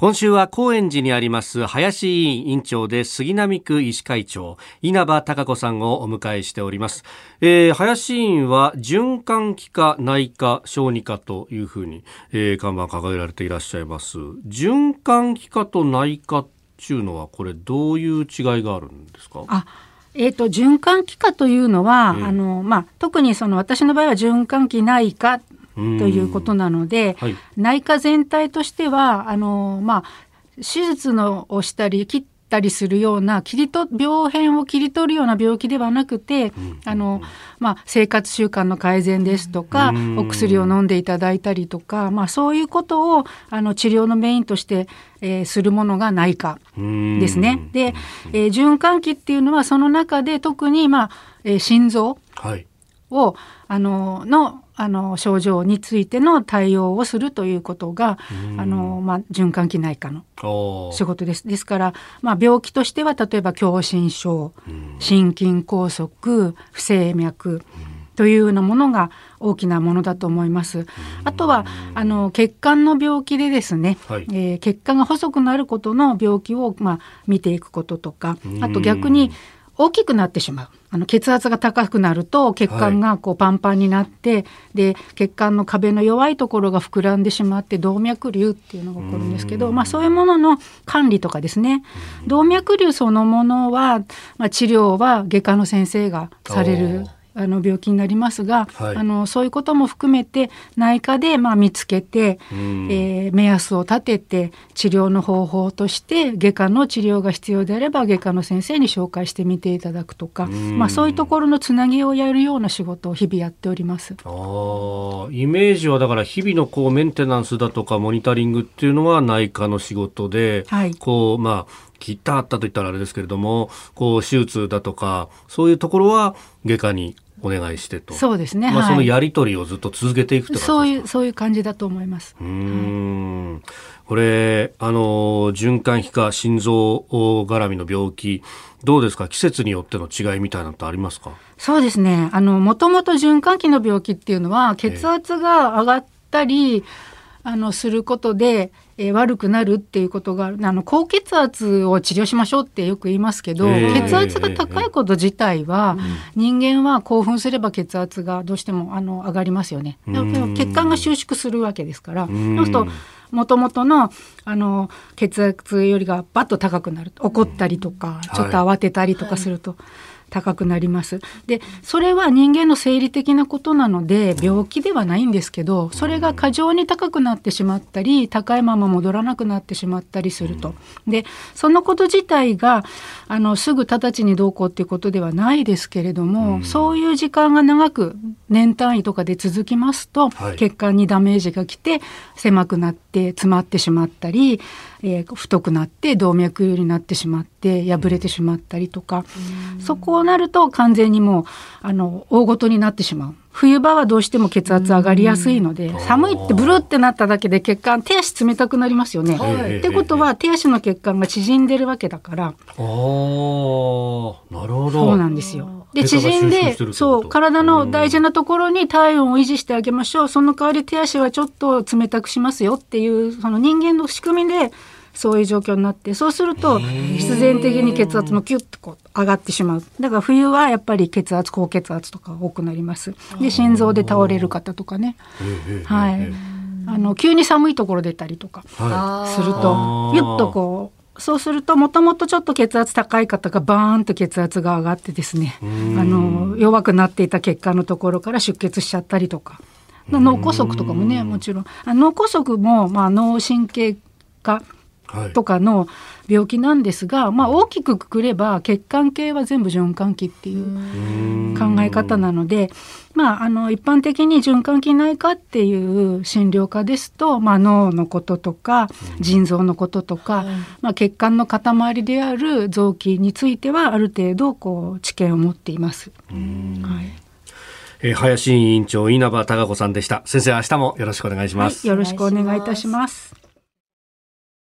今週は高円寺にあります林医院院長で杉並区医師会長稲葉孝子さんをお迎えしております。林医院は循環器科、内科、小児科というふうに、看板掲げられていらっしゃいます。循環器科と内科っていうのはこれどういう違いがあるんですか？ 循環器科というのは、特に私の場合は循環器内科ということなので、はい、内科全体としては手術をしたり切ったりするような病変を切り取るような病気ではなくて、生活習慣の改善ですとか、お薬を飲んでいただいたりとか、そういうことを治療のメインとして、するものが内科ですね。で、循環器っていうのはその中で特に、心臓を、症状についての対応をするということが循環器内科の仕事です。ですから、病気としては例えば狭心症、心筋梗塞、不整脈というようなものが大きなものだと思います。あとは血管の病気でですね、血管が細くなることの病気を見ていくこととか、あと逆に大きくなってしまう。血圧が高くなると血管がパンパンになって、で血管の壁の弱いところが膨らんでしまって動脈瘤っていうのが起こるんですけど、そういうものの管理とかですね。動脈瘤そのものは、治療は外科の先生がされる病気になりますが、そういうことも含めて内科で見つけて、目安を立てて治療の方法として外科の治療が必要であれば外科の先生に紹介してみていただくとか、そういうところのつなぎをやるような仕事を日々やっております。 イメージはだから日々のメンテナンスだとかモニタリングっていうのは内科の仕事で、切ったあったといったらあれですけれども、手術だとかそういうところは外科にお願いしてと。 そうですね。 そのやり取りをずっと続けていくって感じですか？ そういう感じだと思います。 これ循環器科、心臓絡みの病気どうですか？季節によっての違いみたいなのってありますか？ そうですね。もともと循環器の病気っていうのは血圧が上がったりすることで悪くなるっていうことがある。高血圧を治療しましょうってよく言いますけど、血圧が高いこと自体は、人間は興奮すれば血圧がどうしても上がりますよね。血管が収縮するわけですから、そうするともともとの血圧よりがバッと高くなる、怒ったりとかちょっと慌てたりとかすると、高くなります。で、それは人間の生理的なことなので病気ではないんですけど、それが過剰に高くなってしまったり高いまま戻らなくなってしまったりすると。で、そのこと自体がすぐ直ちにどうこうっていうことではないですけれども、そういう時間が長く年単位とかで続きますと、血管にダメージが来て狭くなって詰まってしまったり、太くなって動脈瘤になってしまって破れてしまったりとか、そこをなると完全にもう大ごとになってしまう。冬場はどうしても血圧上がりやすいので、寒いってブルってなっただけで手足冷たくなりますよね。ってことは手足の血管が縮んでるわけだから。なるほど。 そうなんですよ。で、縮んで体の大事なところに体温を維持してあげましょう。その代わり手足はちょっと冷たくしますよっていうその人間の仕組みでそういう状況になって、そうすると必然的に血圧もキュッと上がってしまう。だから冬はやっぱり高血圧とか多くなります。で、心臓で倒れる方とかね、急に寒いところ出たりとかすると、ゆっとそうするともともとちょっと血圧高い方がバーンと血圧が上がってですね、弱くなっていた血管のところから出血しちゃったりとか、脳梗塞とかもね、もちろん脳梗塞も脳神経科とかの病気なんですが、大きくくくれば血管系は全部循環器っていう考え方なので、一般的に循環器内科っていう診療科ですと、脳のこととか腎臓のこととか、血管の塊である臓器についてはある程度知見を持っています。 林院長稲葉孝子さんでした。先生、明日もよろしくお願いします。 よろしくお願いいたします。